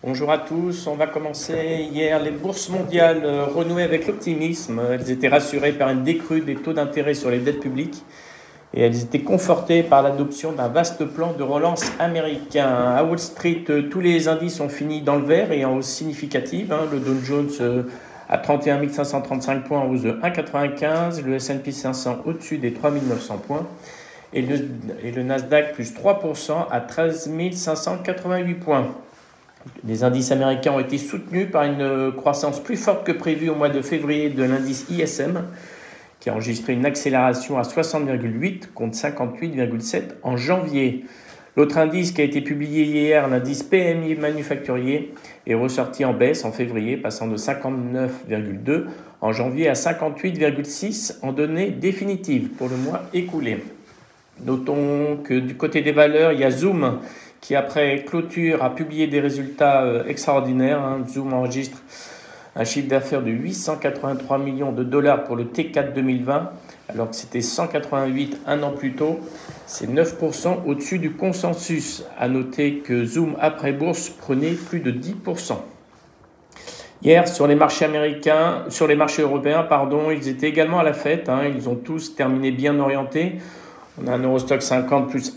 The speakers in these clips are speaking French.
Bonjour à tous, on va commencer. Hier, les bourses mondiales renouaient avec l'optimisme. Elles étaient rassurées par une décrue des taux d'intérêt sur les dettes publiques et elles étaient confortées par l'adoption d'un vaste plan de relance américain. À Wall Street, tous les indices ont fini dans le vert et en hausse significative. Le Dow Jones à 31 535 points en hausse de 1,95, le S&P 500 au-dessus des 3 900 points et le Nasdaq plus 3% à 13 588 points. Les indices américains ont été soutenus par une croissance plus forte que prévue au mois de février de l'indice ISM, qui a enregistré une accélération à 60,8 contre 58,7 en janvier. L'autre indice qui a été publié hier, l'indice PMI manufacturier, est ressorti en baisse en février, passant de 59,2 en janvier à 58,6 en données définitives pour le mois écoulé. Notons que du côté des valeurs, il y a Zoom qui, après clôture, a publié des résultats extraordinaires. Zoom enregistre un chiffre d'affaires de 883 millions de dollars pour le T4 2020, alors que c'était 188 un an plus tôt. C'est 9% au-dessus du consensus. À noter que Zoom, après bourse, prenait plus de 10%. Hier, sur les marchés européens, ils étaient également à la fête. Ils ont tous terminé bien orientés. On a un Eurostock 50 plus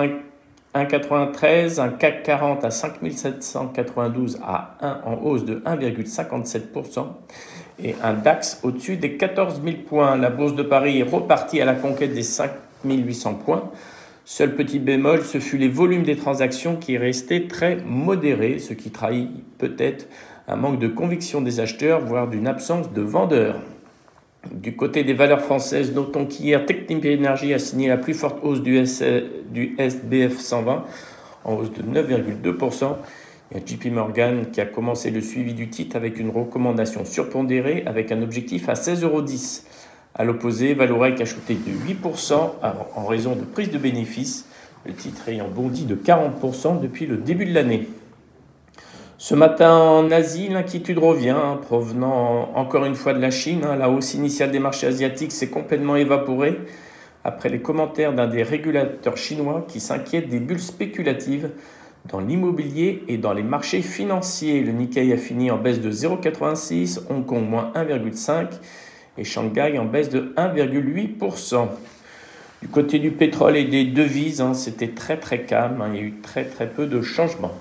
1,93, un CAC 40 à 5792 à 1 en hausse de 1,57% et un DAX au-dessus des 14 000 points. La Bourse de Paris est repartie à la conquête des 5 800 points. Seul petit bémol, ce fut les volumes des transactions qui restaient très modérés, ce qui trahit peut-être un manque de conviction des acheteurs, voire d'une absence de vendeurs. Du côté des valeurs françaises, notons qu'hier, Technip Energies a signé la plus forte hausse du SBF 120, en hausse de 9,2%. Il y a JP Morgan qui a commencé le suivi du titre avec une recommandation surpondérée avec un objectif à 16,10 €. À l'opposé, Vallourec a chuté de 8% en raison de prise de bénéfices, le titre ayant bondi de 40% depuis le début de l'année. Ce matin en Asie, l'inquiétude revient, provenant encore une fois de la Chine. La hausse initiale des marchés asiatiques s'est complètement évaporée après les commentaires d'un des régulateurs chinois qui s'inquiète des bulles spéculatives dans l'immobilier et dans les marchés financiers. Le Nikkei a fini en baisse de 0,86, Hong Kong moins 1,5 et Shanghai en baisse de 1,8%. Du côté du pétrole et des devises, c'était très calme, il y a eu très peu de changements.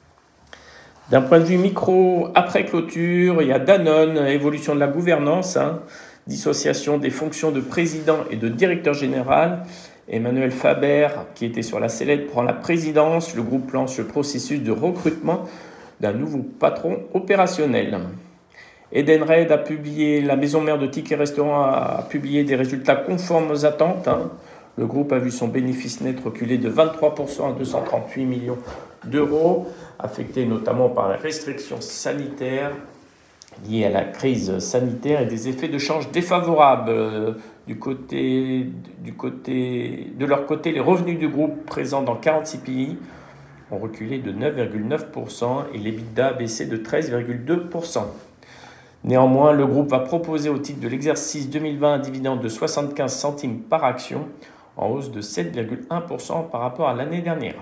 D'un point de vue micro, après clôture, il y a Danone, évolution de la gouvernance, dissociation des fonctions de président et de directeur général. Emmanuel Faber, qui était sur la sellette, prend la présidence. Le groupe lance le processus de recrutement d'un nouveau patron opérationnel. Edenred a publié, la maison mère de Ticket Restaurant a publié des résultats conformes aux attentes. Le groupe a vu son bénéfice net reculer de 23% à 238 millions d'euros, affecté notamment par les restrictions sanitaires liées à la crise sanitaire et des effets de change défavorables. De leur côté, les revenus du groupe présents dans 46 pays ont reculé de 9,9% et l'EBITDA a baissé de 13,2%. Néanmoins, le groupe va proposer au titre de l'exercice 2020 un dividende de 75 centimes par action, en hausse de 7,1% par rapport à l'année dernière.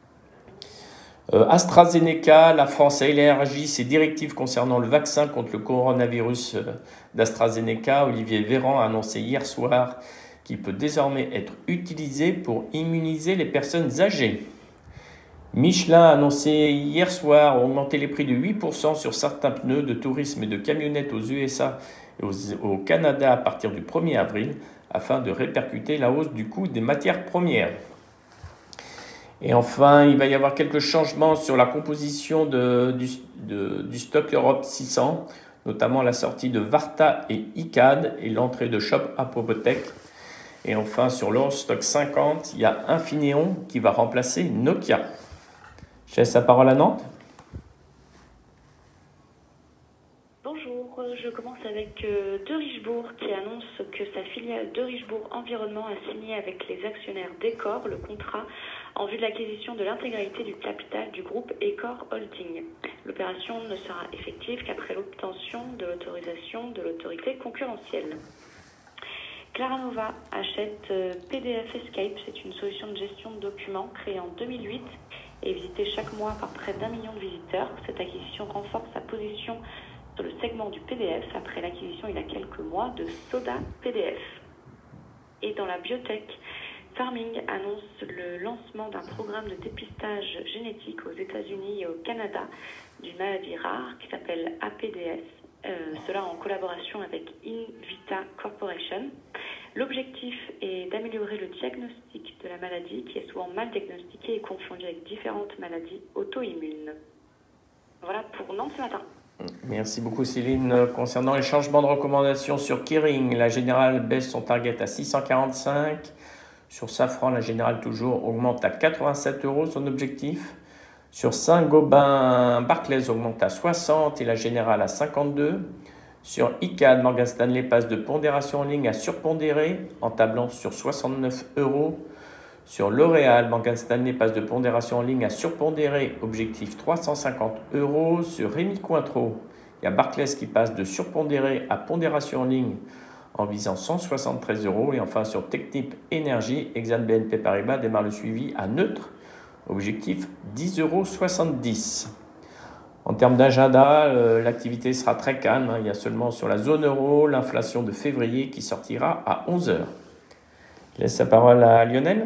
AstraZeneca, la France a élargi ses directives concernant le vaccin contre le coronavirus d'AstraZeneca. Olivier Véran a annoncé hier soir qu'il peut désormais être utilisé pour immuniser les personnes âgées. Michelin a annoncé hier soir augmenter les prix de 8% sur certains pneus de tourisme et de camionnettes aux USA et au Canada à partir du 1er avril, afin de répercuter la hausse du coût des matières premières. Et enfin, il va y avoir quelques changements sur la composition du stock Europe 600, notamment la sortie de Varta et ICAD et l'entrée de Shop Apotec. Et enfin, sur l'Eurostock 50, il y a Infineon qui va remplacer Nokia. Je laisse la parole à Nantes. Bonjour, je commence avec De Richebourg qui annonce que sa filiale De Richebourg Environnement a signé avec les actionnaires d'Ecor le contrat en vue de l'acquisition de l'intégralité du capital du groupe Ecor Holding. L'opération ne sera effective qu'après l'obtention de l'autorisation de l'autorité concurrentielle. Claranova achète PDF Escape, c'est une solution de gestion de documents créée en 2008 est visité chaque mois par près d'1 million de visiteurs. Cette acquisition renforce sa position sur le segment du PDF après l'acquisition il y a quelques mois de Soda PDF. Et dans la biotech, Pharming annonce le lancement d'un programme de dépistage génétique aux États-Unis et au Canada d'une maladie rare qui s'appelle APDS, cela en collaboration avec Invita Corporation. L'objectif est d'améliorer le diagnostic de la maladie qui est souvent mal diagnostiquée et confondue avec différentes maladies auto-immunes. Voilà pour Nantes ce matin. Merci beaucoup Céline. Concernant les changements de recommandation sur Kering, la Générale baisse son target à 645. Sur Safran, la Générale toujours augmente à 87 € son objectif. Sur Saint-Gobain, Barclays augmente à 60 et la Générale à 52. Sur ICAD, Morgan Stanley passe de pondération en ligne à surpondéré en tablant sur 69 €. Sur L'Oréal, Morgan Stanley passe de pondération en ligne à surpondéré, objectif 350 €. Sur Rémy Cointreau, il y a Barclays qui passe de surpondéré à pondération en ligne en visant 173 €. Et enfin sur Technip Énergie, Exane BNP Paribas démarre le suivi à neutre, objectif 10,70 €. En termes d'agenda, l'activité sera très calme. Il y a seulement sur la zone euro l'inflation de février qui sortira à 11 h. Je laisse la parole à Lionel.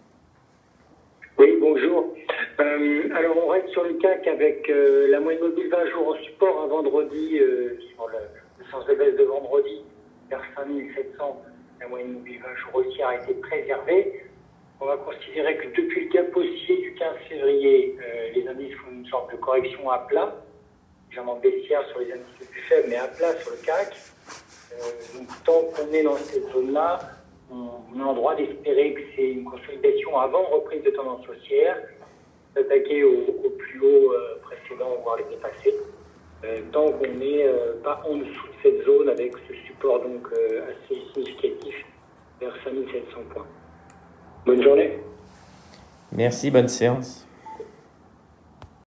Oui, bonjour. Alors, on reste sur le CAC avec la moyenne mobile 20 jours en support un vendredi, sur le sens de baisse de vendredi, vers 5700. La moyenne mobile 20 jours aussi a été préservée. On va considérer que depuis le gap haussier du 15 février, les indices font une sorte de correction à plat, légèrement baissière sur les indices les plus faibles, mais à plat sur le CAC. Donc, tant qu'on est dans cette zone-là, on a le droit d'espérer que c'est une consolidation avant reprise de tendance haussière, s'attaquer au plus haut précédent, voire les dépasser, tant qu'on n'est pas en dessous de cette zone avec ce support donc assez significatif vers 5700 points. Bonne journée. Merci, bonne séance.